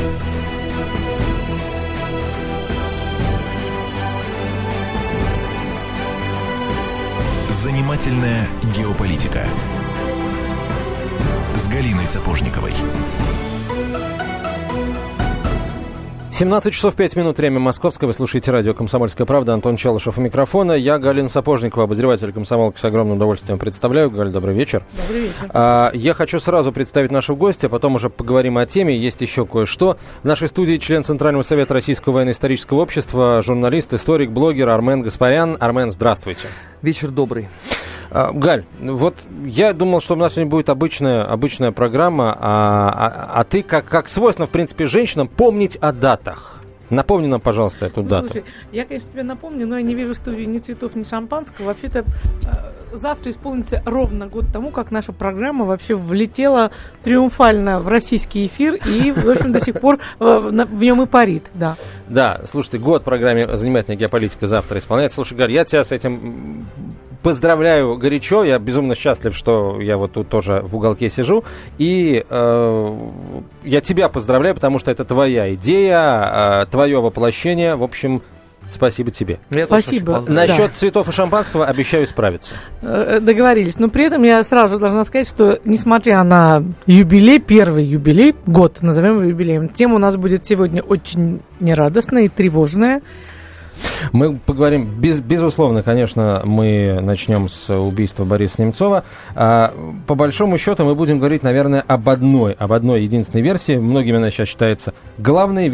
Занимательная геополитика с Галиной Сапожниковой. 17 часов 5 минут, время московское. Вы слушаете радио «Комсомольская правда». Антон Чалышев у микрофона. Я Галина Сапожникова, обозреватель «Комсомолки», с огромным удовольствием представляю. Галь, добрый вечер. Добрый вечер. Я хочу сразу представить нашего гостя, потом уже поговорим о теме. Есть еще кое-что. В нашей студии член Центрального совета Российского военно-исторического общества, журналист, историк, блогер Армен Гаспарян. Армен, здравствуйте. Вечер добрый. Галь, вот я думал, что у нас сегодня будет обычная программа, а ты, как свойственно, в принципе, женщинам, помнить о датах. Напомни нам, пожалуйста, эту дату. Слушай, я, конечно, тебе напомню, но я не вижу в студии ни цветов, ни шампанского. Вообще-то завтра исполнится ровно год тому, как наша программа вообще влетела триумфально в российский эфир и, в общем, до сих пор в нем и парит, да. Да, слушайте, год программе «Занимательная геополитика» завтра исполняется. Слушай, Галь, я тебя с этим поздравляю горячо, я безумно счастлив, что я вот тут тоже в уголке сижу, и я тебя поздравляю, потому что это твоя идея, твое воплощение, в общем, спасибо тебе. Спасибо. Насчет цветов и шампанского обещаю справиться. Договорились, но при этом я сразу же должна сказать, что несмотря на юбилей, первый юбилей, год, назовем его юбилеем, тема у нас будет сегодня очень нерадостная и тревожная. Мы поговорим, безусловно, конечно, мы начнем с убийства Бориса Немцова. По большому счету мы будем говорить, наверное, об одной единственной версии. Многими она сейчас считается главной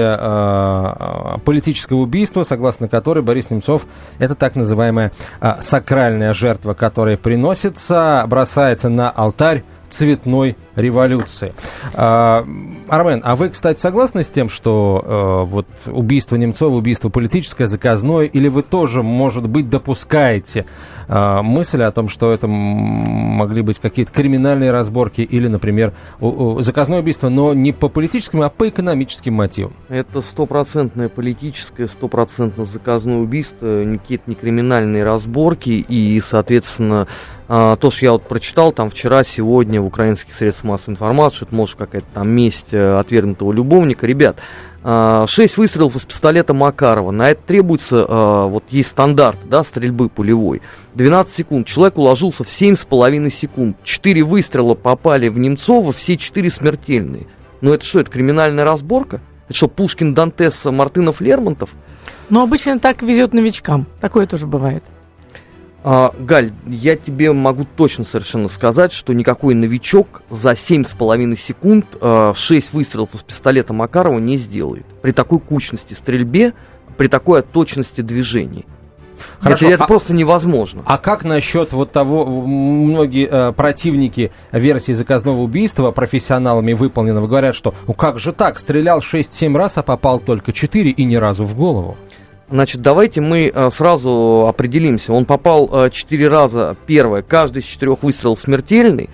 версия политического убийства, согласно которой Борис Немцов — это так называемая сакральная жертва, которая приносится, бросается на алтарь цветной революции. Армен, а вы, кстати, согласны с тем, что вот убийство Немцова, убийство политическое, заказное, или вы тоже, может быть, допускаете мысль о том, что это могли быть какие-то криминальные разборки или, например, заказное убийство, но не по политическим, а по экономическим мотивам? Это стопроцентное политическое, стопроцентно заказное убийство, какие-то не криминальные разборки, и, соответственно, то, что я вот прочитал там вчера, сегодня в украинских средствах массовой информации, что это может какая-то там месть отвергнутого любовника. Ребят, 6 выстрелов из пистолета Макарова. На это требуется, вот есть стандарт, да, стрельбы пулевой. 12 секунд. Человек уложился в 7,5 секунд. 4 выстрела попали в Немцова, все 4 смертельные. Ну это что, это криминальная разборка? Это что, Пушкин, Дантес, Мартынов, Лермонтов? Но обычно так везет новичкам. Такое тоже бывает. Галь, я тебе могу точно совершенно сказать, что никакой новичок за 7,5 секунд 6 выстрелов из пистолета Макарова не сделает. При такой кучности стрельбе, при такой точности движений. Хорошо, это просто невозможно. А как насчет вот того, многие противники версии заказного убийства профессионалами выполненного говорят, что ну как же так, стрелял 6-7 раз, а попал только 4 и ни разу в голову? Значит, давайте мы сразу определимся. Он попал 4 раза. Первое, каждый из 4 выстрелов смертельный.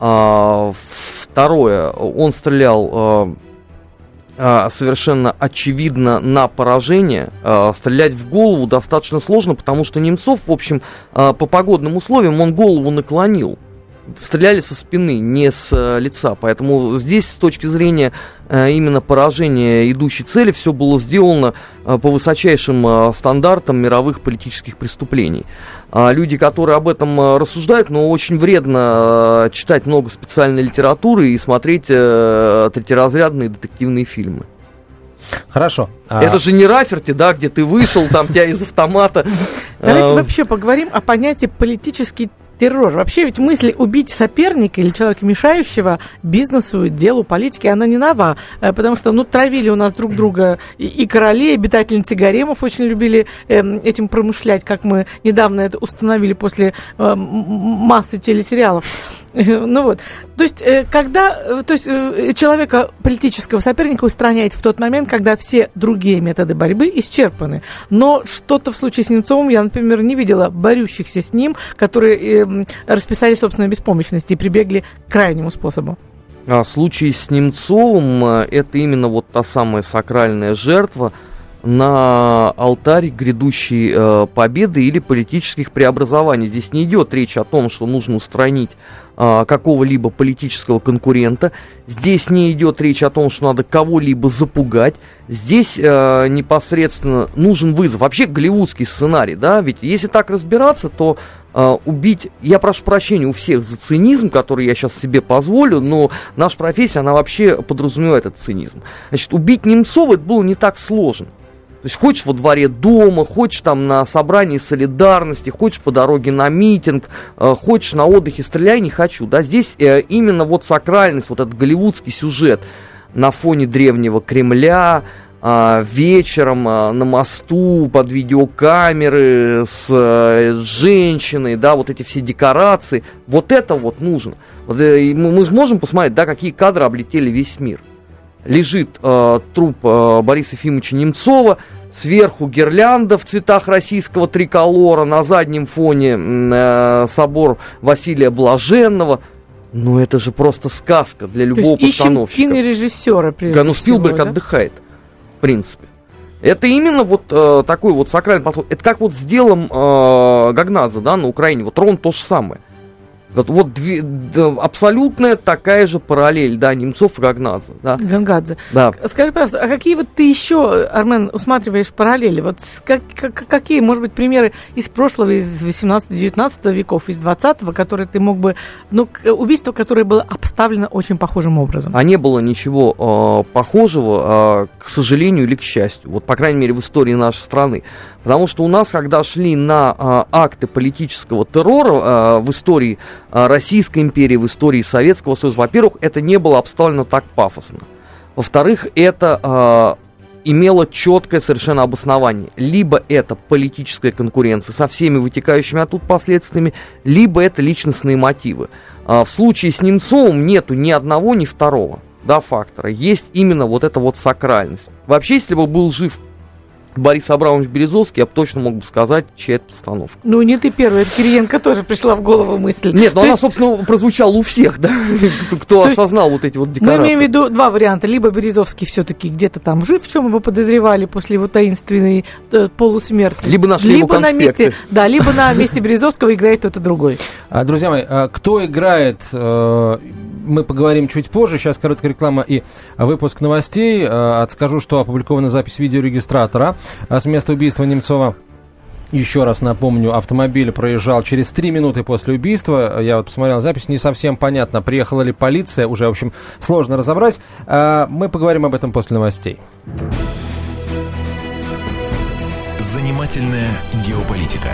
Второе, он стрелял совершенно очевидно на поражение. Стрелять в голову достаточно сложно, потому что Немцов, в общем, по погодным условиям он голову наклонил. Стреляли со спины, не с лица. Поэтому здесь, с точки зрения именно поражения идущей цели, все было сделано по высочайшим стандартам мировых политических преступлений. Люди, которые об этом рассуждают, но очень вредно читать много специальной литературы и смотреть третьеразрядные детективные фильмы. Хорошо. Это же не Раферти, да, где ты вышел, там тебя из автомата. Давайте вообще поговорим о понятии политический террор. Вообще ведь мысль убить соперника или человека, мешающего бизнесу, делу, политике, она не нова. Потому что, травили у нас друг друга и короли, и обитательницы гаремов очень любили этим промышлять, как мы недавно это установили после массы телесериалов. То есть, человека, политического соперника устраняет в тот момент, когда все другие методы борьбы исчерпаны. Но что-то в случае с Немцовым я, например, не видела борющихся с ним, которые расписали собственную беспомощность и прибегли к крайнему способу. В случае с Немцовым это именно вот та самая сакральная жертва на алтарь грядущей победы или политических преобразований. Здесь не идет речь о том, что нужно устранить какого-либо политического конкурента. Здесь не идет речь о том, что надо кого-либо запугать. Здесь непосредственно нужен вызов. Вообще голливудский сценарий, да, ведь если так разбираться, то убить, я прошу прощения у всех за цинизм, который я сейчас себе позволю, но наша профессия, она вообще подразумевает этот цинизм. Значит, убить Немцова это было не так сложно. То есть хочешь во дворе дома, хочешь там на собрании солидарности, хочешь по дороге на митинг, хочешь на отдыхе, стреляй, не хочу. Да? Здесь именно вот сакральность, вот этот голливудский сюжет на фоне древнего Кремля, вечером на мосту под видеокамеры с женщиной, да, вот эти все декорации, вот это вот нужно. Вот, мы же можем посмотреть, да, какие кадры облетели весь мир. Лежит труп Бориса Ефимовича Немцова, сверху гирлянда в цветах российского триколора, на заднем фоне собор Василия Блаженного. Ну это же просто сказка для любого постановщика. Ищем кинорежиссера, прежде всего. Спилберг отдыхает, в принципе. Это именно вот такой вот сакральный подход. Это как вот с делом Гагнадзе, да, на Украине. Вот ровно то же самое. Вот абсолютная такая же параллель, да, Немцов и Гагнадзе. Да. Гангадзе. Да. Скажи, пожалуйста, а какие вот ты еще, Армен, усматриваешь параллели? Вот какие, может быть, примеры из прошлого, из 18-19 веков, из 20-го, которые ты мог бы... Ну, убийство, которое было обставлено очень похожим образом. А не было ничего похожего, к сожалению или к счастью. Вот, по крайней мере, в истории нашей страны. Потому что у нас, когда шли на акты политического террора в истории Российской империи, в истории Советского Союза, во-первых, это не было обставлено так пафосно. Во-вторых, это имело четкое совершенно обоснование. Либо это политическая конкуренция со всеми вытекающими оттуда последствиями, либо это личностные мотивы. В случае с Немцовым нету ни одного, ни второго, да, фактора. Есть именно вот эта вот сакральность. Вообще, если бы был жив Борис Абрамович Березовский, я бы точно мог бы сказать, чья это постановка. Ну, не ты первый, это Кириенко тоже пришла в голову мысль. Нет, но она, собственно, прозвучала у всех, да, кто осознал вот эти вот декорации. Мы имеем в виду два варианта. Либо Березовский все-таки где-то там жив, в чем его подозревали после его таинственной полусмерти. Либо нашли его конспекты. Либо на месте Березовского играет кто-то другой. Друзья мои, кто играет, мы поговорим чуть позже. Сейчас короткая реклама и выпуск новостей. Скажу, что опубликована запись видеорегистратора с места убийства Немцова. Еще раз напомню, автомобиль проезжал через 3 минуты после убийства. Я вот посмотрел на запись, не совсем понятно, приехала ли полиция, уже, в общем, сложно разобрать. Мы поговорим об этом после новостей. Занимательная геополитика.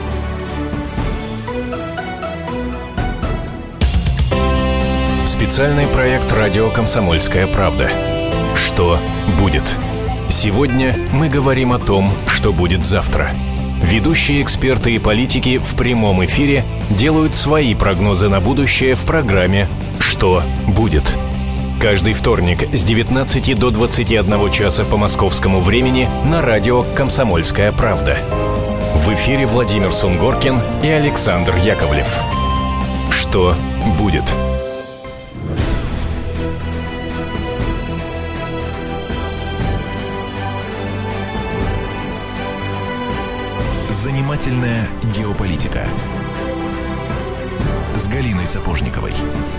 Специальный проект «Радио Комсомольская правда». Что будет? Сегодня мы говорим о том, что будет завтра. Ведущие эксперты и политики в прямом эфире делают свои прогнозы на будущее в программе «Что будет?». Каждый вторник с 19 до 21 часа по московскому времени на радио «Комсомольская правда». В эфире Владимир Сунгоркин и Александр Яковлев. Что будет? Занимательная геополитика с Галиной Сапожниковой.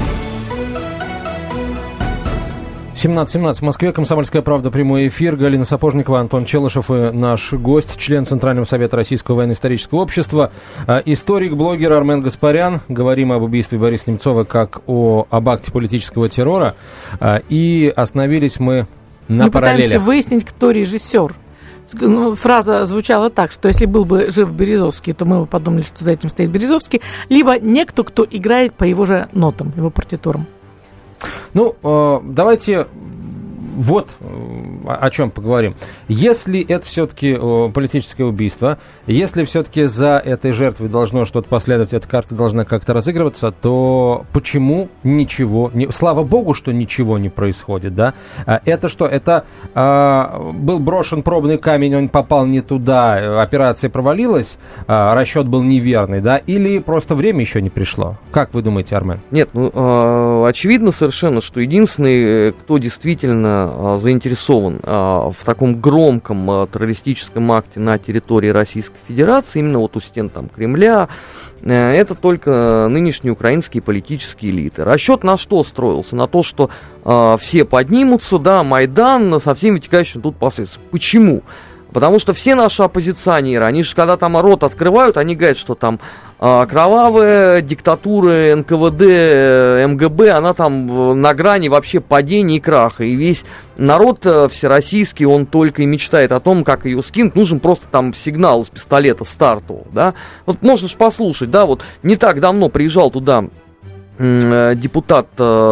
17:17 в Москве. «Комсомольская правда», прямой эфир. Галина Сапожникова, Антон Челышев и наш гость, член Центрального совета Российского военно-исторического общества, историк, блогер Армен Гаспарян. Говорим об убийстве Бориса Немцова как об акте политического террора. И остановились мы на параллелях. Мы пытаемся выяснить, кто режиссер. Фраза звучала так, что если был бы жив Березовский, то мы бы подумали, что за этим стоит Березовский, либо некто, кто играет по его же нотам, его партитурам. Ну, давайте вот о чем поговорим. Если это все-таки политическое убийство, если все-таки за этой жертвой должно что-то последовать, эта карта должна как-то разыгрываться, то почему ничего не... Слава богу, что ничего не происходит, да? Это что? Это был брошен пробный камень, он попал не туда, операция провалилась, расчет был неверный, да? Или просто время еще не пришло? Как вы думаете, Армен? Нет, очевидно совершенно, что единственный, кто действительно заинтересован замешан в таком громком террористическом акте на территории Российской Федерации, именно вот у стен там Кремля, это только нынешние украинские политические элиты. Расчет на что строился? На то, что все поднимутся, да, Майдан со всеми вытекающими тут последствиями. Почему? Потому что все наши оппозиционеры, они же, когда там рот открывают, они говорят, что там кровавая диктатура НКВД, МГБ, она там на грани вообще падения и краха. И весь народ всероссийский, он только и мечтает о том, как ее скинуть. Нужен просто там сигнал из пистолета стартового, да. Вот можно же послушать, да, вот не так давно приезжал туда депутат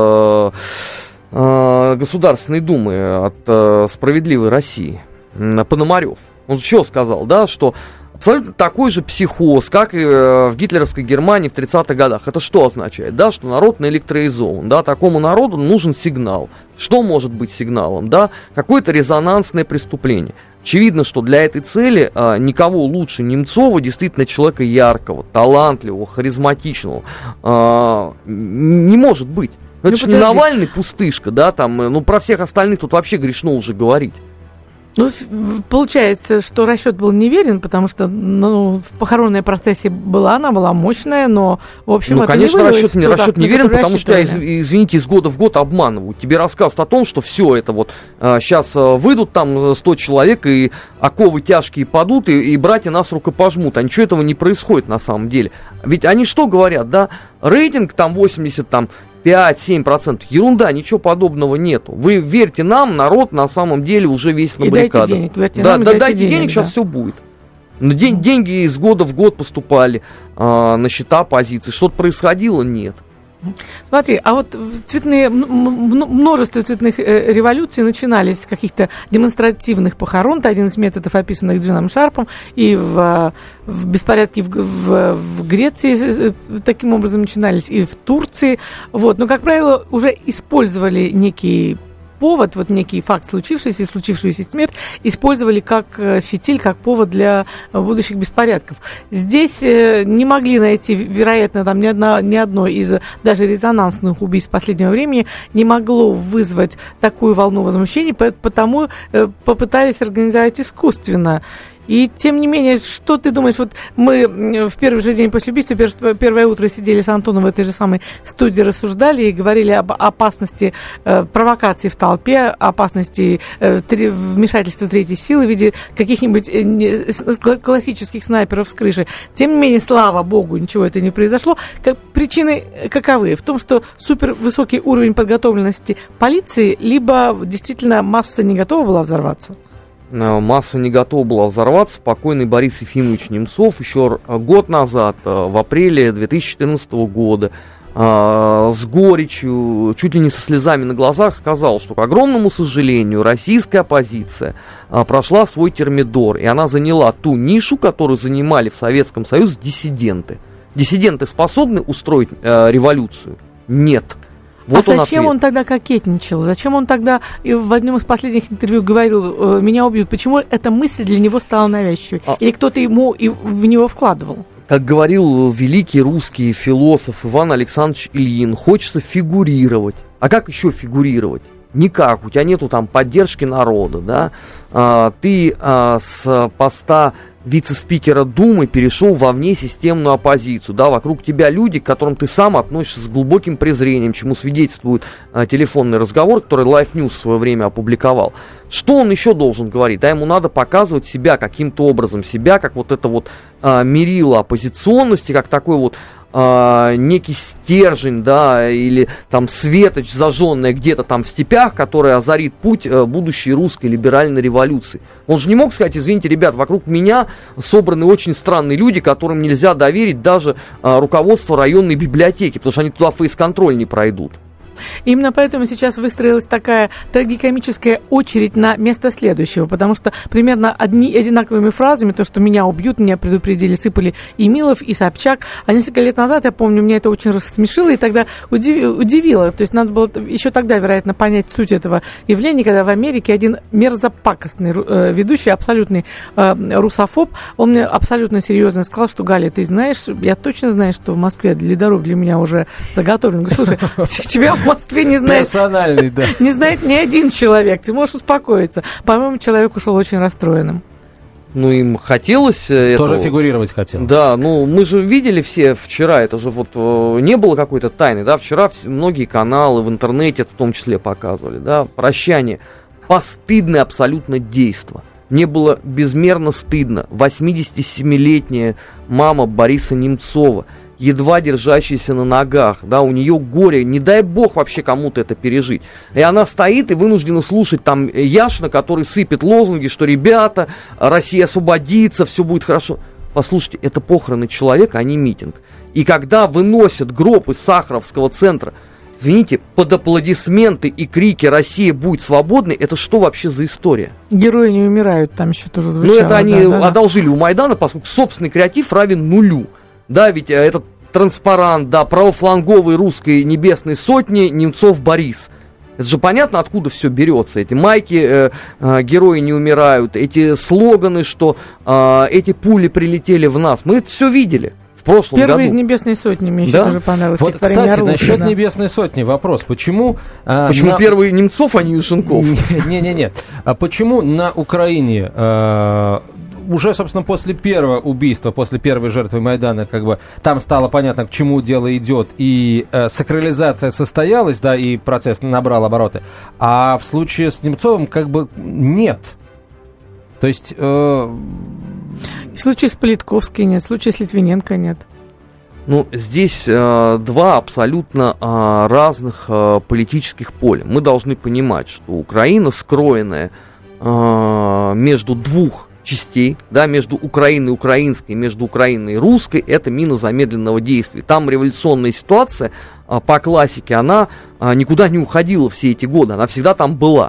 Государственной Думы от «Справедливой России» Пономарев. Он что сказал, да, что абсолютно такой же психоз, как и в гитлеровской Германии в 30-х годах. Это что означает? Да, что народ наэлектризован, да, такому народу нужен сигнал. Что может быть сигналом, да? Какое-то резонансное преступление. Очевидно, что для этой цели никого лучше Немцова, действительно человека яркого, талантливого, харизматичного, не может быть. Но это же не Навальный пустышка, да, там, ну, про всех остальных тут вообще грешно уже говорить. Ну, получается, что расчет был неверен, потому что, ну, похоронная процессия была, она была мощная, но, в общем, ну, это конечно, не расчет неверен, потому что, извините, из года в год обманывают. Тебе рассказывают о том, что все это вот сейчас выйдут там 100 человек, и оковы тяжкие падут, и братья нас рукопожмут. А ничего этого не происходит на самом деле. Ведь они что говорят, да? Рейтинг там 80, там 5-7%. Ерунда, ничего подобного нету. Вы верьте нам, народ на самом деле уже весь на баррикадах. Дайте денег, верьте нам, дайте денег, денег, сейчас все будет. Но деньги из года в год поступали на счета оппозиции. Что-то происходило? Нет. Смотри, а вот множество цветных революций начинались с каких-то демонстративных похорон. Это один из методов, описанных Джином Шарпом. И в беспорядке в Греции таким образом начинались, и в Турции. Вот. Но, как правило, уже использовали некий повод, вот некий факт случившийся и случившуюся смерть, использовали как фитиль, как повод для будущих беспорядков. Здесь не могли найти, вероятно, там ни одно из даже резонансных убийств последнего времени не могло вызвать такую волну возмущения, потому попытались организовать искусственно. И, тем не менее, что ты думаешь, вот мы в первый же день после убийства, первое утро сидели с Антоном в этой же самой студии, рассуждали и говорили об опасности провокации в толпе, опасности вмешательства третьей силы в виде каких-нибудь классических снайперов с крыши. Тем не менее, слава богу, ничего это не произошло. Причины каковы? В том, что супервысокий уровень подготовленности полиции, либо действительно масса не готова была взорваться? Масса не готова была взорваться. Покойный Борис Ефимович Немцов еще год назад, в апреле 2014 года, с горечью, чуть ли не со слезами на глазах сказал, что, к огромному сожалению, российская оппозиция прошла свой термидор, и она заняла ту нишу, которую занимали в Советском Союзе диссиденты. Диссиденты способны устроить революцию? Нет. Вот а зачем он тогда кокетничал? Зачем он тогда в одном из последних интервью говорил, меня убьют? Почему эта мысль для него стала навязчивой? Или кто-то ему в него вкладывал? Как говорил великий русский философ Иван Александрович Ильин, хочется фигурировать. А как еще фигурировать? Никак, у тебя нету там поддержки народа, да? Ты с поста вице-спикера Думы перешел во внесистемную оппозицию, да, вокруг тебя люди, к которым ты сам относишься с глубоким презрением, чему свидетельствует телефонный разговор, который Life News в свое время опубликовал. Что он еще должен говорить? Да, ему надо показывать себя каким-то образом, себя как вот это вот мерило оппозиционности, как такой вот некий стержень, да, или там светоч, зажженная где-то там в степях, которая озарит путь будущей русской либеральной революции. Он же не мог сказать, извините, ребят, вокруг меня собраны очень странные люди, которым нельзя доверить даже руководство районной библиотеки, потому что они туда фейс-контроль не пройдут. Именно поэтому сейчас выстроилась такая трагикомическая очередь на место следующего, потому что примерно одинаковыми фразами, то, что меня убьют, меня предупредили, сыпали и Милов, и Собчак. А несколько лет назад, я помню, меня это очень рассмешило и тогда удивило. То есть надо было еще тогда, вероятно, понять суть этого явления, когда в Америке один мерзопакостный ведущий, абсолютный русофоб, он мне абсолютно серьезно сказал, что, Галя, ты знаешь, я точно знаю, что в Москве ледоруб для меня уже заготовлен. Слушай, тебя в Москве не знает... Персональный, да. Не знает ни один человек. Ты можешь успокоиться. По-моему, человек ушел очень расстроенным. Ну, им хотелось... Тоже фигурировать хотел. Да, ну, мы же видели все вчера, это же вот не было какой-то тайны, да, вчера многие каналы в интернете в том числе показывали, да, прощание. Постыдное абсолютно действо. Мне было безмерно стыдно. 87-летняя мама Бориса Немцова, едва держащаяся на ногах, да, у нее горе, не дай бог вообще кому-то это пережить. И она стоит и вынуждена слушать там Яшина, который сыпет лозунги, что, ребята, Россия освободится, все будет хорошо. Послушайте, это похороны человека, а не митинг. И когда выносят гроб из Сахаровского центра, извините, под аплодисменты и крики «Россия будет свободной», это что вообще за история? Герои не умирают, там еще тоже звучало. Ну, это они одолжили у Майдана, поскольку собственный креатив равен нулю. Да, ведь этот транспарант, да, правофланговой русской небесной сотни Немцов Борис. Это же понятно, откуда все берется. Эти майки «Герои не умирают», эти слоганы, что эти пули прилетели в нас. Мы это все видели в прошлом году. Первый из «Небесной сотни» мне еще тоже понравилось. Вот, кстати, насчет «Небесной сотни» вопрос. Почему... Почему первый Немцов, а не Юшенков? Не-не-не. А почему на Украине... уже, собственно, после первого убийства, после первой жертвы Майдана, как бы там стало понятно, к чему дело идет, и сакрализация состоялась, да, и процесс набрал обороты. А в случае с Немцовым как бы нет. То есть... В случае с Политковской нет, в случае с Литвиненко нет. Ну, здесь два абсолютно разных политических поля. Мы должны понимать, что Украина, скроенная между двух частей, да, между Украиной украинской, между Украиной русской, это мина замедленного действия. Там революционная ситуация, по классике, она никуда не уходила все эти годы, она всегда там была.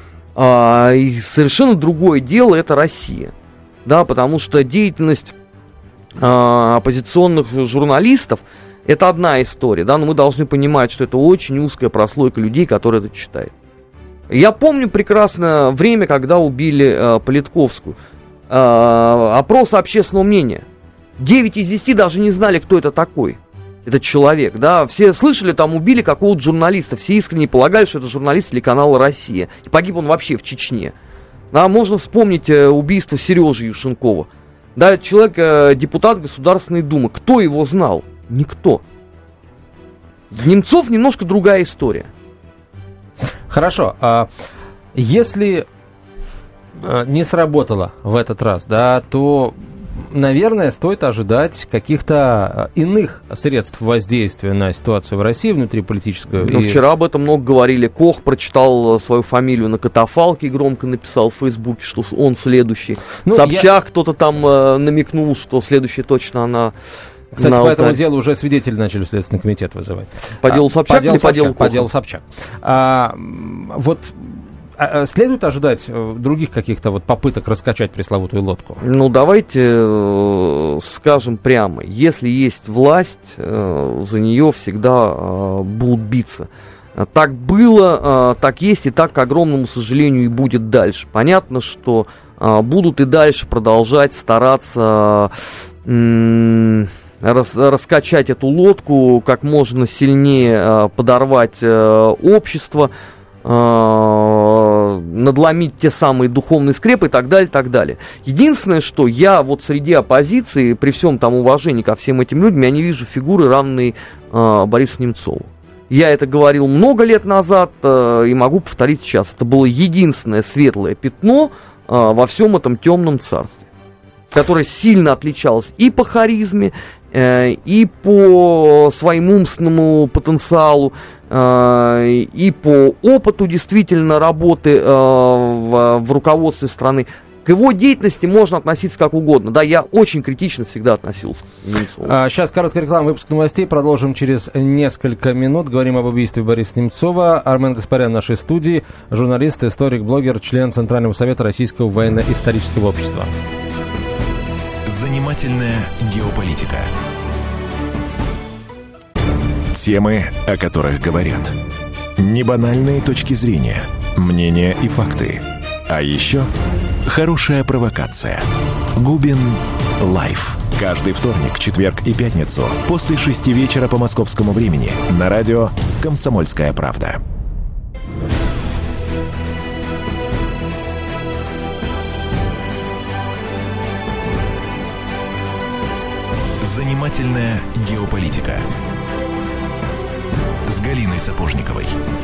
И совершенно другое дело это Россия, да, потому что деятельность оппозиционных журналистов это одна история, да, но мы должны понимать, что это очень узкая прослойка людей, которые это читают. Я помню прекрасно время, когда убили Политковскую. Опрос общественного мнения. 9 из 10 даже не знали, кто это такой, этот человек, да, все слышали, там убили какого-то журналиста, все искренне полагали, что это журналист телеканала «Россия», и погиб он вообще в Чечне. Да, можно вспомнить убийство Сережи Юшенкова, да, человек, депутат Государственной Думы, кто его знал? Никто. Немцов немножко другая история. Хорошо, если не сработало в этот раз, да, то, наверное, стоит ожидать каких-то иных средств воздействия на ситуацию в России внутриполитическую. Ну, вчера об этом много говорили. Кох прочитал свою фамилию на катафалке и громко написал в Фейсбуке, что он следующий. Ну, Собчак кто-то там намекнул, что следующий точно она... Кстати, по этому делу уже свидетели начали в Следственный комитет вызывать. По делу Собчак или по делу Коха? По делу Собчак. Вот следует ожидать других каких-то вот попыток раскачать пресловутую лодку? Ну, давайте скажем прямо. Если есть власть, за нее всегда будут биться. Так было, так есть и так, к огромному сожалению, и будет дальше. Понятно, что будут и дальше продолжать стараться раскачать эту лодку, как можно сильнее подорвать общество, надломить те самые духовные скрепы и так далее, так далее. Единственное, что я вот среди оппозиции, при всем там уважении ко всем этим людям, я не вижу фигуры, равной Борису Немцову. Я это говорил много лет назад и могу повторить сейчас. Это было единственное светлое пятно во всем этом темном царстве, которое сильно отличалось и по харизме, и по своему умственному потенциалу, и по опыту действительно работы в руководстве страны. К его деятельности можно относиться как угодно. Да, я очень критично всегда относился к Немцову. Сейчас короткая реклама, выпуск новостей. Продолжим через несколько минут. Говорим об убийстве Бориса Немцова. Армен Гаспарян в нашей студии. Журналист, историк, блогер, член Центрального совета Российского военно-исторического общества. Занимательная геополитика. Темы, о которых говорят. Небанальные точки зрения, мнения и факты. А еще хорошая провокация. Губин Лайф. Каждый вторник, четверг и пятницу после 6 вечера по московскому времени на радио «Комсомольская правда». Занимательная геополитика с Галиной Сапожниковой.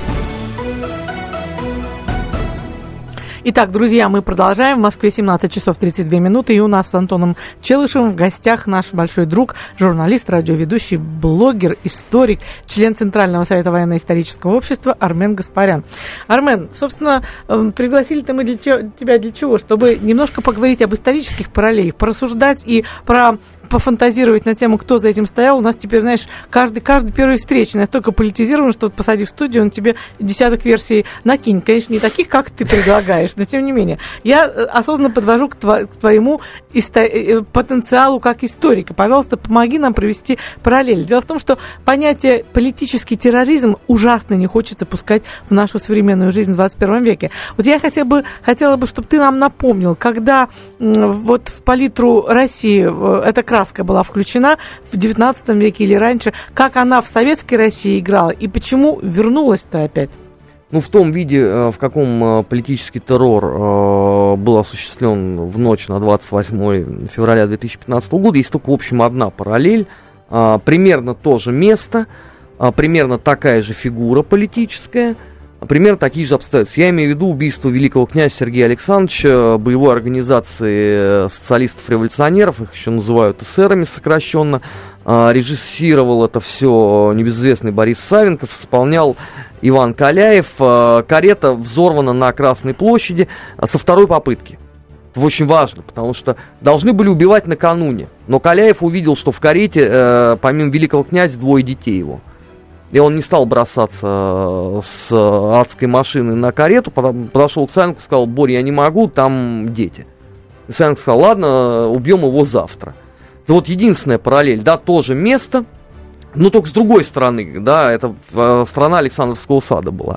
Итак, друзья, мы продолжаем. В Москве 17 часов 32 минуты. И у нас с Антоном Челышевым в гостях наш большой друг, журналист, радиоведущий, блогер, историк, член Центрального совета военно-исторического общества Армен Гаспарян. Армен, собственно, пригласили-то мы тебя для чего? Чтобы немножко поговорить об исторических параллелях, порассуждать и пофантазировать на тему, кто за этим стоял. У нас теперь, знаешь, каждый первый встречный настолько политизирован, что вот посадив в студию, он тебе десяток версий накинет. Конечно, не таких, как ты предлагаешь, но тем не менее. Я осознанно подвожу к твоему потенциалу как историка. Пожалуйста, помоги нам провести параллель. Дело в том, что понятие политический терроризм ужасно не хочется пускать в нашу современную жизнь в 21 веке. Вот я хотела бы, чтобы ты нам напомнил, когда вот в палитру России эта краска была включена в 19 веке или раньше, как она в советской России играла и почему вернулась-то опять? Ну, в том виде, в каком политический террор был осуществлен в ночь на 28 февраля 2015 года, есть только, в общем, одна параллель. Примерно то же место, примерно такая же фигура политическая, примерно такие же обстоятельства. Я имею в виду убийство великого князя Сергея Александровича, боевой организации социалистов-революционеров, их еще называют эсерами сокращенно. Режиссировал это все небезызвестный Борис Савенков, исполнял Иван Каляев. Карета взорвана на Красной площади со второй попытки. Это очень важно, потому что должны были убивать накануне. Но Каляев увидел, что в карете, помимо великого князя, двое детей его. И он не стал бросаться с адской машины на карету, подошел к Савенкову и сказал: Боря, я не могу, там дети. И Савенков сказал: ладно, убьем его завтра. Это вот единственная параллель, да, тоже место, но только с другой стороны, да, это страна Александровского сада была.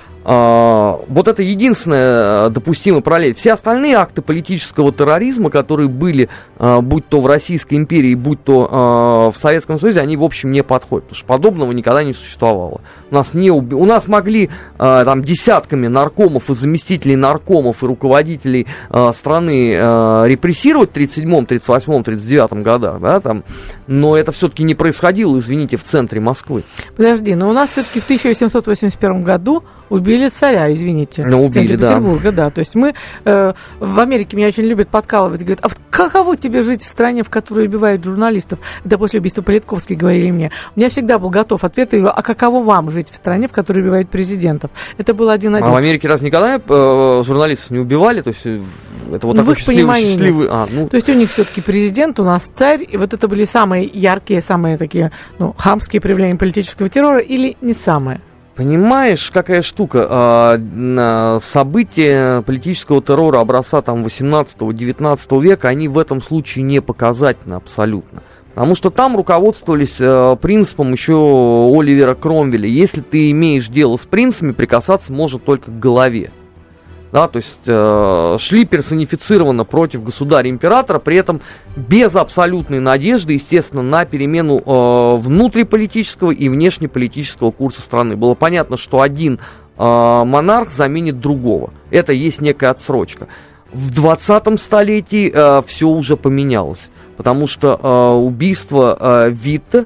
Вот это единственная допустимая параллель. Все остальные акты политического терроризма, которые были, будь то в Российской империи, будь то в Советском Союзе, они, в общем, не подходят, потому что подобного никогда не существовало. У нас могли там десятками наркомов и заместителей наркомов и руководителей страны репрессировать в 1937, 1938, 1939 годах, да, там, но это все-таки не происходило, извините, в центре Москвы. Подожди, но у нас все-таки в 1881 году убили царя, извините, убили, в центре Петербурга, да. То есть мы в Америке меня очень любят подкалывать, говорят: а каково тебе жить в стране, в которой убивают журналистов? Это после убийства Политковской говорили мне. У меня всегда был готов ответ: а каково вам жить в стране, в которой убивают президентов? Это был один-один. А в Америке раз никогда журналистов не убивали? То есть это вот такой счастливый... То есть у них все-таки президент, у нас царь, и вот это были самые яркие, самые такие, хамские проявления политического террора, или не самые? Понимаешь, какая штука? События политического террора образца там 18-19 века, они в этом случае не показательны абсолютно. Потому что там руководствовались принципом еще Оливера Кромвеля. Если ты имеешь дело с принцами, прикасаться можно только к голове. Да, то есть шли персонифицированно против государя-императора, при этом без абсолютной надежды, естественно, на перемену внутриполитического и внешнеполитического курса страны. Было понятно, что один монарх заменит другого. Это есть некая отсрочка. В 20-м столетии все уже поменялось, потому что убийство Витте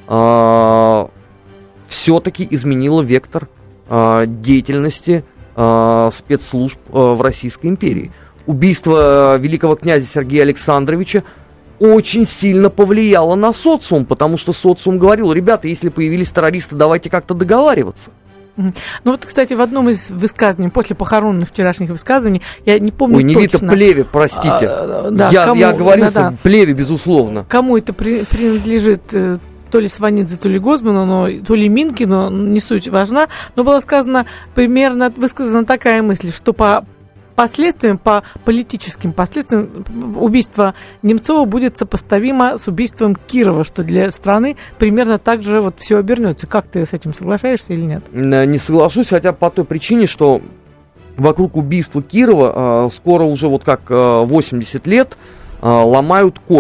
все-таки изменило вектор деятельности спецслужб в Российской империи. Убийство великого князя Сергея Александровича очень сильно повлияло на социум, потому что социум говорил: ребята, если появились террористы, давайте как-то договариваться. Ну вот, кстати, в одном из высказываний, после похоронных вчерашних высказываний, я не помню точно... Ой, не Витте, Плеве, простите. Я оговорился, Плеве, безусловно. Кому это принадлежит... То ли Сванидзе, то ли Гозману, то ли Минкину, не суть важна, но была высказана такая мысль, что по последствиям, по политическим последствиям убийство Немцова будет сопоставимо с убийством Кирова, что для страны примерно так же вот все обернется. Как ты с этим соглашаешься или нет? Не соглашусь, хотя по той причине, что вокруг убийства Кирова скоро уже вот как 80 лет ломают копья.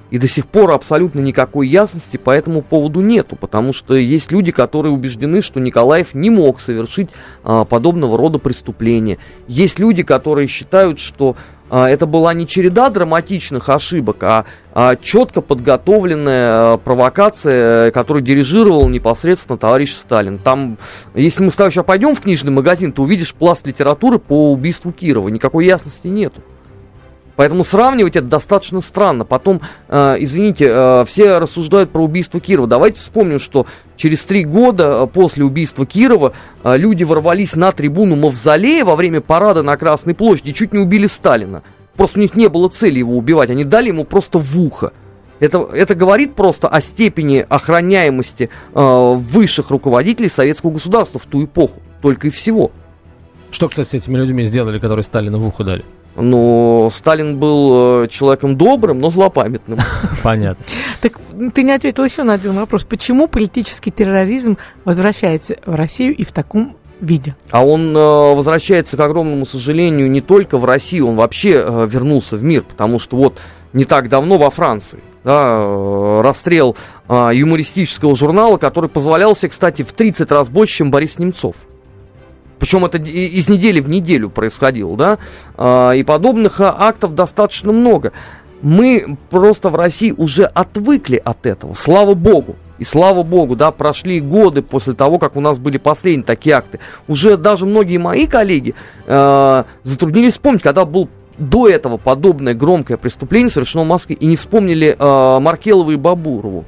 И до сих пор абсолютно никакой ясности по этому поводу нету, потому что есть люди, которые убеждены, что Николаев не мог совершить подобного рода преступления. Есть люди, которые считают, что это была не череда драматичных ошибок, а четко подготовленная провокация, которую дирижировал непосредственно товарищ Сталин. Там, если мы с тобой сейчас пойдем в книжный магазин, то увидишь пласт литературы по убийству Кирова. Никакой ясности нету. Поэтому сравнивать это достаточно странно. Потом, извините, все рассуждают про убийство Кирова. Давайте вспомним, что через 3 года после убийства Кирова люди ворвались на трибуну Мавзолея во время парада на Красной площади и чуть не убили Сталина. Просто у них не было цели его убивать, они дали ему просто в ухо. Это говорит просто о степени охраняемости высших руководителей советского государства в ту эпоху. Только и всего. Что, кстати, с этими людьми сделали, которые Сталину в ухо дали? Но Сталин был человеком добрым, но злопамятным. Понятно. Так ты не ответил еще на один вопрос. Почему политический терроризм возвращается в Россию и в таком виде? А он возвращается, к огромному сожалению, не только в Россию, он вообще вернулся в мир, потому что вот не так давно во Франции, да, расстрел юмористического журнала, который позволял себе, кстати, в 30 раз больше, чем Борис Немцов. Причем это из недели в неделю происходило, да, и подобных актов достаточно много. Мы просто в России уже отвыкли от этого, слава богу. И слава богу, да, прошли годы после того, как у нас были последние такие акты. Уже даже многие мои коллеги затруднились вспомнить, когда был до этого подобное громкое преступление совершено в Москве, и не вспомнили Маркелова и Бабурову.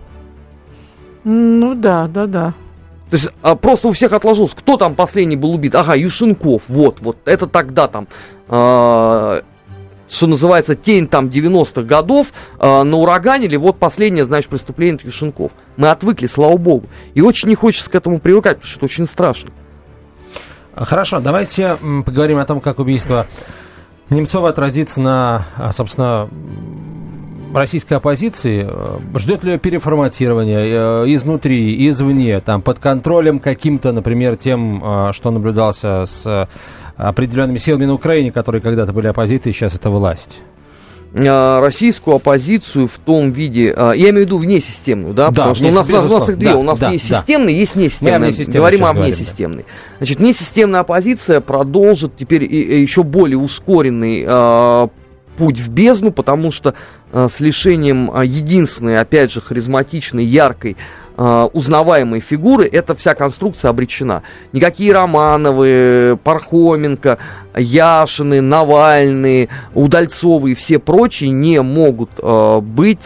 Ну да. То есть просто у всех отложилось, кто там последний был убит. Ага, Юшенков, вот, это тогда там, что называется, тень там 90-х годов, наураганили, вот последнее, знаешь, преступление Юшенков. Мы отвыкли, слава богу. И очень не хочется к этому привыкать, потому что это очень страшно. Хорошо, давайте поговорим о том, как убийство Немцова отразится на, собственно, российской оппозиции. Ждет ли ее переформатирования изнутри, извне, там, под контролем каким-то, например, тем, что наблюдался с определенными силами на Украине, которые когда-то были оппозицией, сейчас это власть? Российскую оппозицию в том виде, я имею в виду внесистемную, да, потому что у нас их две, у нас есть системные, есть внесистемные, говорим о внесистемной. Значит, внесистемная оппозиция продолжит теперь еще более ускоренный путь в бездну, потому что с лишением единственной, опять же, харизматичной, яркой, узнаваемой фигуры, эта вся конструкция обречена. Никакие Романовы, Пархоменко, Яшины, Навальный, Удальцовы и все прочие не могут быть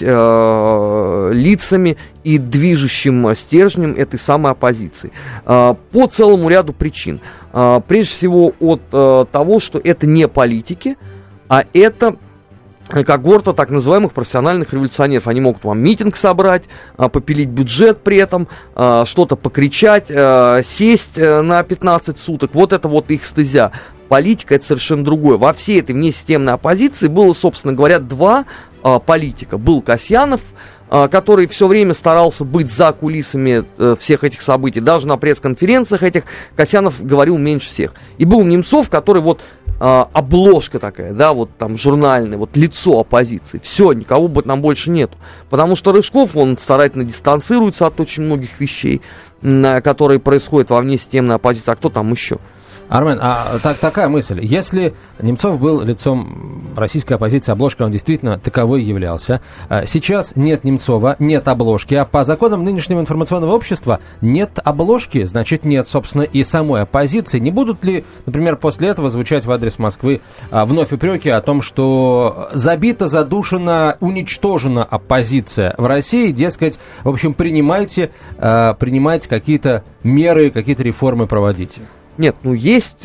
лицами и движущим стержнем этой самой оппозиции. По целому ряду причин. Прежде всего от того, что это не политики, а это когорта так называемых профессиональных революционеров. Они могут вам митинг собрать, попилить бюджет при этом, что-то покричать, сесть на 15 суток. Вот это вот их стезя. Политика — это совершенно другое. Во всей этой внесистемной оппозиции было, собственно говоря, два политика. Был Касьянов, который все время старался быть за кулисами всех этих событий. Даже на пресс-конференциях этих Касьянов говорил меньше всех. И был Немцов, который вот обложка такая, да, вот там журнальная, вот лицо оппозиции. Все, никого бы там больше нету. Потому что Рыжков, он старательно дистанцируется от очень многих вещей, которые происходят во внесистемной оппозиции. А кто там еще? Армен, такая мысль. Если Немцов был лицом российской оппозиции, обложкой, он действительно таковой являлся. Сейчас нет Немцова, нет обложки, а по законам нынешнего информационного общества нет обложки, значит нет, собственно, и самой оппозиции. Не будут ли, например, после этого звучать в адрес Москвы вновь упреки о том, что забита, задушена, уничтожена оппозиция в России, дескать, в общем, принимайте какие-то меры, какие-то реформы проводите? Нет, есть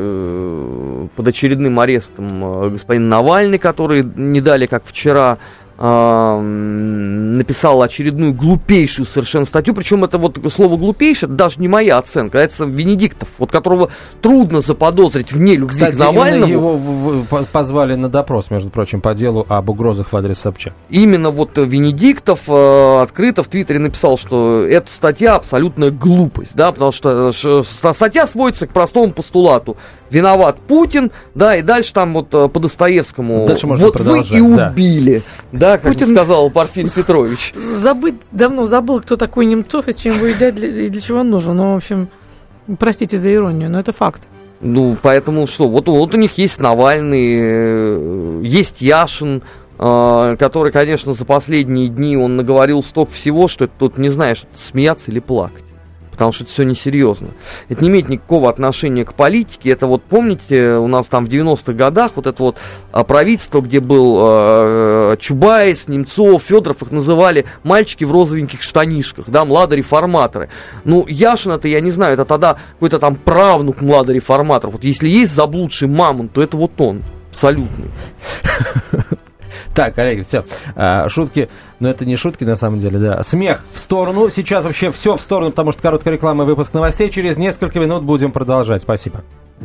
сидящий под очередным арестом господин Навальный, который не далее, как вчера, написал очередную глупейшую совершенно статью, причем это вот слово «глупейшее» даже не моя оценка, это Венедиктов, вот которого трудно заподозрить в нелюбви к Навальному. Его позвали на допрос, между прочим, по делу об угрозах в адрес Собчак. Именно вот Венедиктов открыто в Твиттере написал, что эта статья абсолютная глупость, да, потому что статья сводится к простому постулату: виноват Путин, да, и дальше там вот по Достоевскому вот вы и убили, да, как Путин сказал Порфирий Петрович. Давно забыл, кто такой Немцов и с чем его едят, и для чего он нужен. Ну, в общем, простите за иронию, но это факт. Ну, поэтому что, вот у них есть Навальный, есть Яшин, который, конечно, за последние дни он наговорил столько всего, что это тут не знаешь, смеяться или плакать. Потому что это все несерьезно. Это не имеет никакого отношения к политике. Это вот, помните, у нас там в 90-х годах вот это вот правительство, где был Чубайс, Немцов, Федоров, их называли мальчики в розовеньких штанишках, да, младореформаторы. Ну, Яшин-то, я не знаю, это тогда какой-то там правнук младореформаторов. Вот если есть заблудший мамонт, то это вот он, абсолютный. Так, коллеги, все. Шутки, но это не шутки на самом деле, да. Смех в сторону. Сейчас вообще все в сторону, потому что короткая реклама и выпуск новостей. Через несколько минут будем продолжать. Спасибо.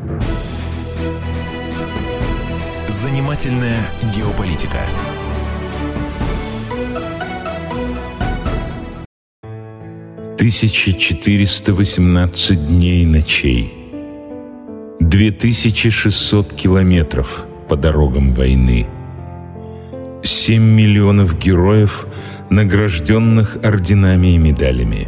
Занимательная геополитика. «1418 дней и ночей, 2600 километров по дорогам войны, 7 миллионов героев, награжденных орденами и медалями,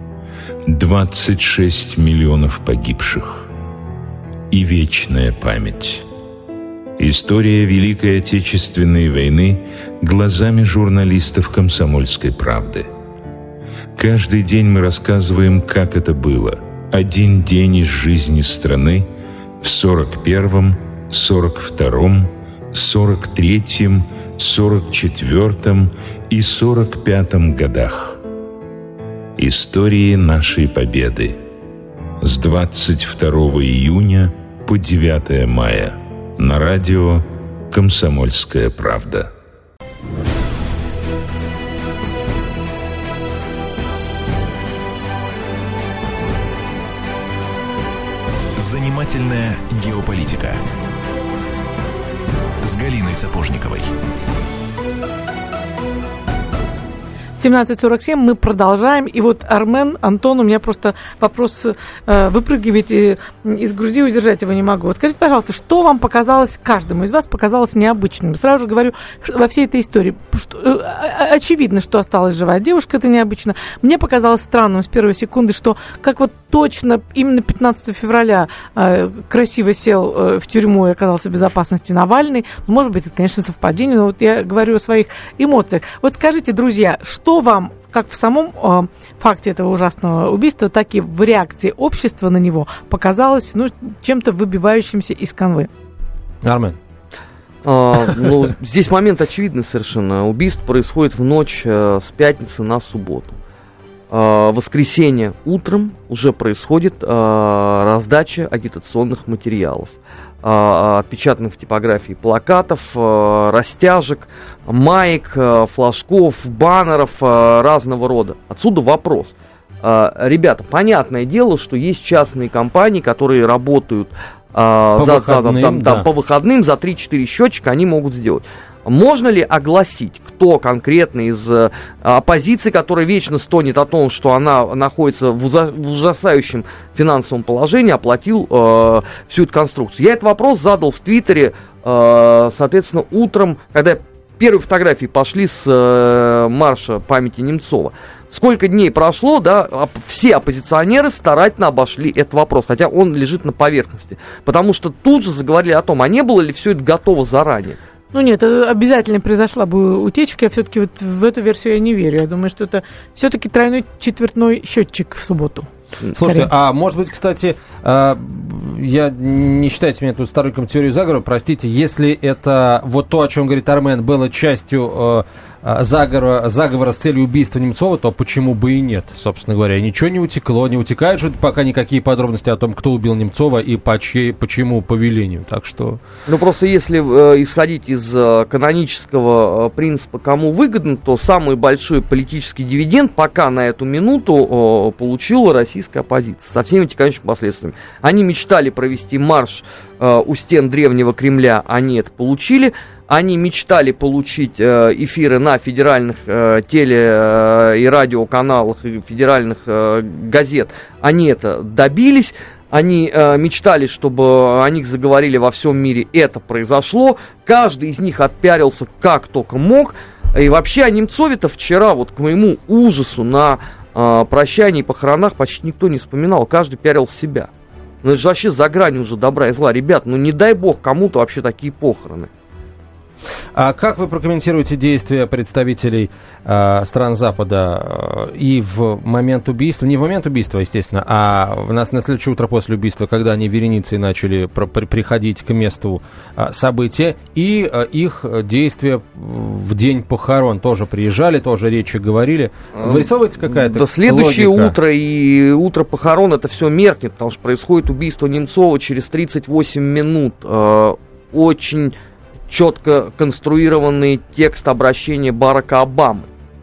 26 миллионов погибших и вечная память. История Великой Отечественной войны глазами журналистов «Комсомольской правды». Каждый день мы рассказываем, как это было. Один день из жизни страны в 41-м, 42-м, 43-м, 44-м и 45-м годах. Истории нашей победы. С 22 июня по 9 мая. На радио «Комсомольская правда». Занимательная геополитика с Галиной Сапожниковой. 17:47, мы продолжаем. И вот Армен, Антон, у меня просто вопрос выпрыгивает из груди, удержать его не могу. Вот скажите, пожалуйста, что вам показалось, каждому из вас показалось необычным? Сразу же говорю, во всей этой истории, очевидно, что осталась живая девушка, это необычно. Мне показалось странным с первой секунды, что как вот точно именно 15 февраля красиво сел в тюрьму и оказался в безопасности Навальный. Может быть, это, конечно, совпадение, но вот я говорю о своих эмоциях. Вот скажите, друзья, что вам, как в самом факте этого ужасного убийства, так и в реакции общества на него показалось, ну, чем-то выбивающимся из канвы? Армен. Ну, здесь момент очевидный совершенно. Убийство происходит в ночь с пятницы на субботу. В воскресенье утром уже происходит раздача агитационных материалов, отпечатанных в типографии плакатов, растяжек, маек, флажков, баннеров разного рода. Отсюда вопрос. Ребята, понятное дело, что есть частные компании, которые работают по выходным за 3-4 счетчика, они могут сделать. Можно ли огласить, кто конкретно из оппозиции, которая вечно стонет о том, что она находится в ужасающем финансовом положении, оплатил всю эту конструкцию? Я этот вопрос задал в Твиттере, соответственно, утром, когда первые фотографии пошли с марша памяти Немцова. Сколько дней прошло, да, все оппозиционеры старательно обошли этот вопрос, хотя он лежит на поверхности. Потому что тут же заговорили о том, а не было ли все это готово заранее. Ну нет, обязательно произошла бы утечка, я все-таки вот в эту версию я не верю. Я думаю, что это все-таки тройной четвертной счетчик в субботу. Слушайте, а может быть, кстати, я не считайте меня тут сторонником теории заговора, простите, если это вот то, о чем говорит Армен, было частью заговора с целью убийства Немцова, то почему бы и нет, собственно говоря. Ничего не утекло, не утекают же пока никакие подробности о том, кто убил Немцова и почему по велению. Так что... Ну, просто если исходить из канонического принципа, кому выгодно, то самый большой политический дивиденд пока на эту минуту получила российская оппозиция со всеми вытекающими последствиями. Они мечтали провести марш у стен древнего Кремля, они это получили. Они мечтали получить эфиры на федеральных теле- и радиоканалах и федеральных газет. Они это добились. Они мечтали, чтобы о них заговорили во всем мире. Это произошло. Каждый из них отпиарился как только мог. И вообще о Немцове-то вчера, вот к моему ужасу, на прощании и похоронах почти никто не вспоминал. Каждый пиарил себя. Ну это же вообще за гранью уже добра и зла. Ребят, ну не дай бог кому-то вообще такие похороны. А как вы прокомментируете действия представителей стран Запада и в момент убийства, не в момент убийства, естественно, а на следующее утро после убийства, когда они вереницей начали приходить к месту события, и их действия в день похорон тоже приезжали, тоже речи говорили. Вырисовывается какая-то Да, следующее логика? утро и утро похорон это все меркнет, потому что происходит убийство Немцова через 38 минут. Очень четко конструированный текст обращения Барака Обамы.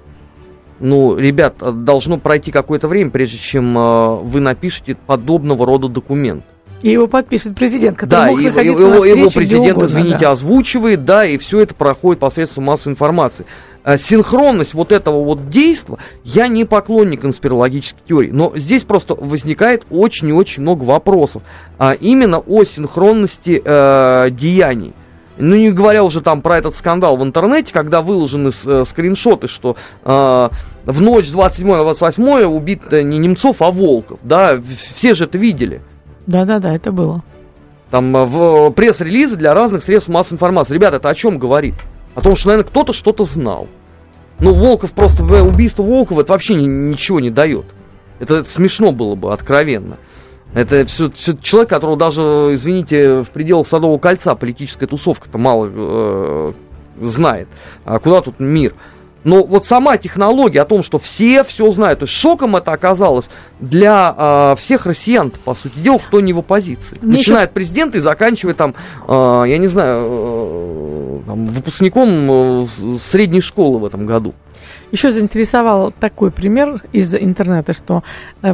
Ну, ребят, должно пройти какое-то время, прежде чем вы напишете подобного рода документ. И его подпишет президент, который мог находиться на встрече его где президент, угодно, извините, да. озвучивает, да, и все это проходит посредством массовой информации. Синхронность вот этого вот действия, я не поклонник конспирологической теории, но здесь просто возникает очень и очень много вопросов, именно о синхронности деяний. Ну, не говоря уже там про этот скандал в интернете, когда выложены скриншоты, что в ночь с 27 на 28 убит не Немцов, а Волков, да, все же это видели. Да-да-да, это было. Там в пресс-релизы для разных средств массовой информации. Ребята, это о чем говорит? О том, что, наверное, кто-то что-то знал. Ну, Волков просто, убийство Волкова, это вообще ничего не дает. Это смешно было бы, откровенно. Это все человек, которого даже, извините, в пределах Садового кольца политическая тусовка-то мало знает. А куда тут мир? Но вот сама технология о том, что все знают, то есть шоком это оказалось для всех россиян, по сути дела, кто не в оппозиции. Начиная от президента и заканчивая там, я не знаю, выпускником средней школы в этом году. Еще заинтересовал такой пример из интернета, что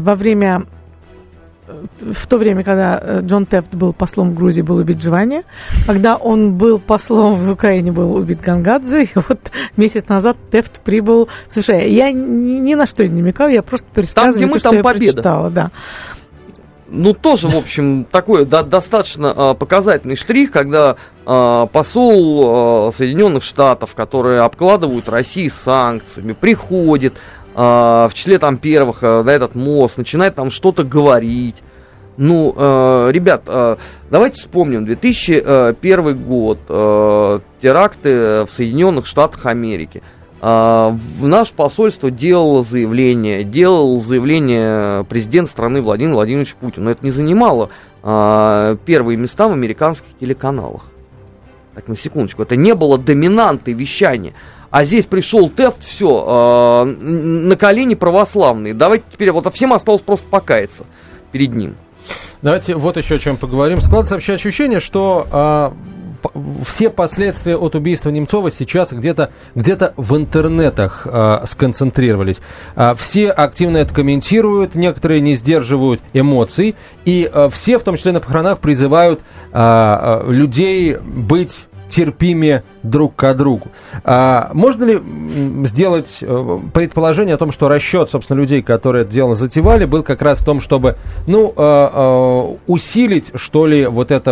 в то время, когда Джон Тефт был послом в Грузии, был убит Джованни, когда он был послом в Украине, был убит Гангадзе, и вот месяц назад Тефт прибыл в США. Я ни на что не намекаю, я просто пересказываю то, что я прочитала. Да. Ну, тоже, в общем, такой достаточно показательный штрих, когда посол Соединенных Штатов, которые обкладывают Россию санкциями, приходит в числе там первых на этот мост, начинает там что-то говорить. Ну, ребят, давайте вспомним 2001 год, теракты в Соединенных Штатах Америки. Наше посольство делало заявление президент страны Владимир Владимирович Путин, но это не занимало первые места в американских телеканалах. Так, на секундочку, это не было доминантой вещания. А здесь пришел Тефт, все, на колени православные. Давайте теперь, вот всем осталось просто покаяться перед ним. Давайте вот еще о чем поговорим. Складывается вообще ощущение, что все последствия от убийства Немцова сейчас где-то в интернетах сконцентрировались. Все активно это комментируют, некоторые не сдерживают эмоций, и все, в том числе на похоронах, призывают людей быть терпимее друг к другу. Можно ли сделать предположение о том, что расчет, собственно, людей, которые это дело затевали, был как раз в том, чтобы, усилить, что ли,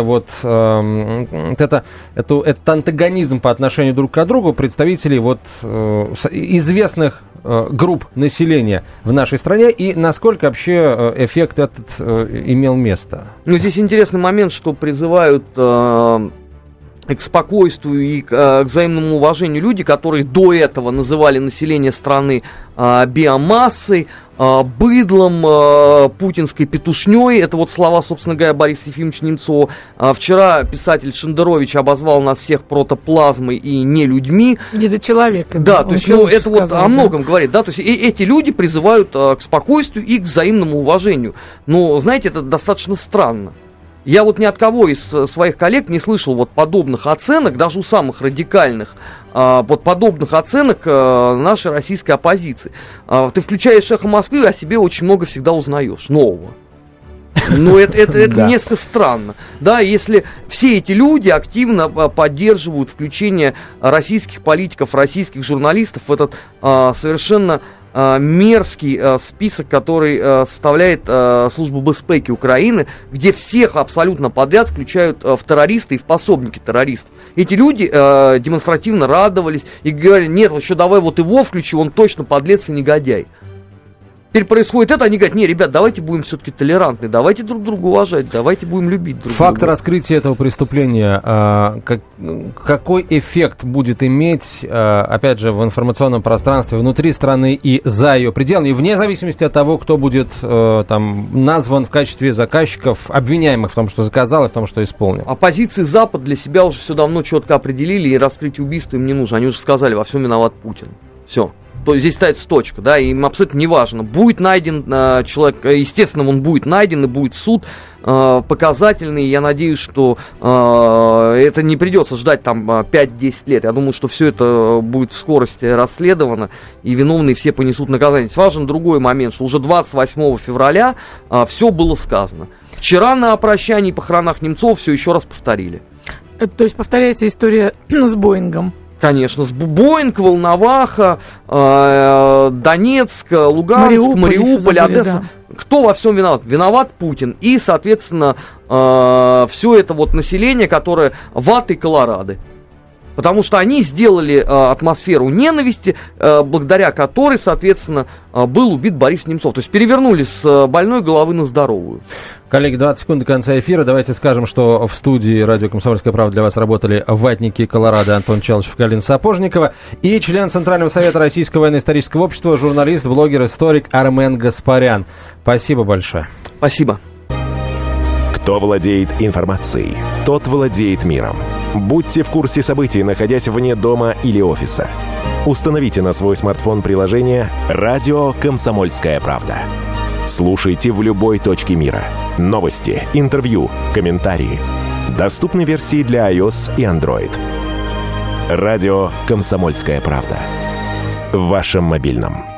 этот антагонизм по отношению друг к другу представителей известных групп населения в нашей стране, и насколько вообще эффект этот имел место? Ну, здесь интересный момент, что призывают к спокойствию и к взаимному уважению люди, которые до этого называли население страны биомассой, быдлом, путинской петушней. Это вот слова, собственно говоря, Бориса Ефимовича Немцова. Вчера писатель Шендерович обозвал нас всех протоплазмой и не людьми. Недочеловеками. Да, то есть, это вот о многом говорит, да, то есть эти люди призывают к спокойствию и к взаимному уважению. Но, знаете, это достаточно странно. Я вот ни от кого из своих коллег не слышал вот подобных оценок, даже у самых радикальных, вот подобных оценок нашей российской оппозиции. Ты включаешь «Эхо Москвы», о себе очень много всегда узнаешь нового. Но это несколько странно. Да, если все эти люди активно поддерживают включение российских политиков, российских журналистов в этот совершенно мерзкий список, который составляет служба безпеки Украины, где всех абсолютно подряд включают в террористы и в пособники террористов. Эти люди демонстративно радовались и говорили: нет, еще давай вот его включи, он точно подлец и негодяй. Теперь происходит это, они говорят: не, ребят, давайте будем все-таки толерантны, давайте друг друга уважать, давайте будем любить друг друга. Факт раскрытия этого преступления, какой эффект будет иметь, опять же, в информационном пространстве внутри страны и за ее пределами, и вне зависимости от того, кто будет там назван в качестве заказчиков, обвиняемых в том, что заказал, и в том, что исполнил? Оппозиции Запад для себя уже все давно четко определили, и раскрытие убийства им не нужно. Они уже сказали: во всем виноват Путин. Все. То здесь ставится точка, да, им абсолютно не важно, будет найден человек, естественно, он будет найден, и будет суд показательный. Я надеюсь, что это не придется ждать там 5-10 лет. Я думаю, что все это будет в скорости расследовано, и виновные все понесут наказание. Здесь важен другой момент, что уже 28 февраля все было сказано. Вчера на прощании и похоронах Немцова все еще раз повторили. То есть повторяется история с Боингом? Конечно, с Боинг, Волноваха, Донецк, Луганск, Мариуполь, Одесса. Да. Кто во всем виноват? Виноват Путин. И, соответственно, все это вот население, которое ваты и колорады. Потому что они сделали атмосферу ненависти, благодаря которой, соответственно, был убит Борис Немцов. То есть перевернули с больной головы на здоровую. Коллеги, 20 секунд до конца эфира. Давайте скажем, что в студии радио «Комсомольская правда» для вас работали ватники Колорадо Антон Чалышев, Галина Сапожникова и член Центрального совета Российского военно-исторического общества, журналист, блогер, историк Армен Гаспарян. Спасибо большое. Спасибо. Кто владеет информацией, тот владеет миром. Будьте в курсе событий, находясь вне дома или офиса. Установите на свой смартфон приложение «Радио Комсомольская правда». Слушайте в любой точке мира. Новости, интервью, комментарии. Доступны версии для iOS и Android. «Радио Комсомольская правда». В вашем мобильном.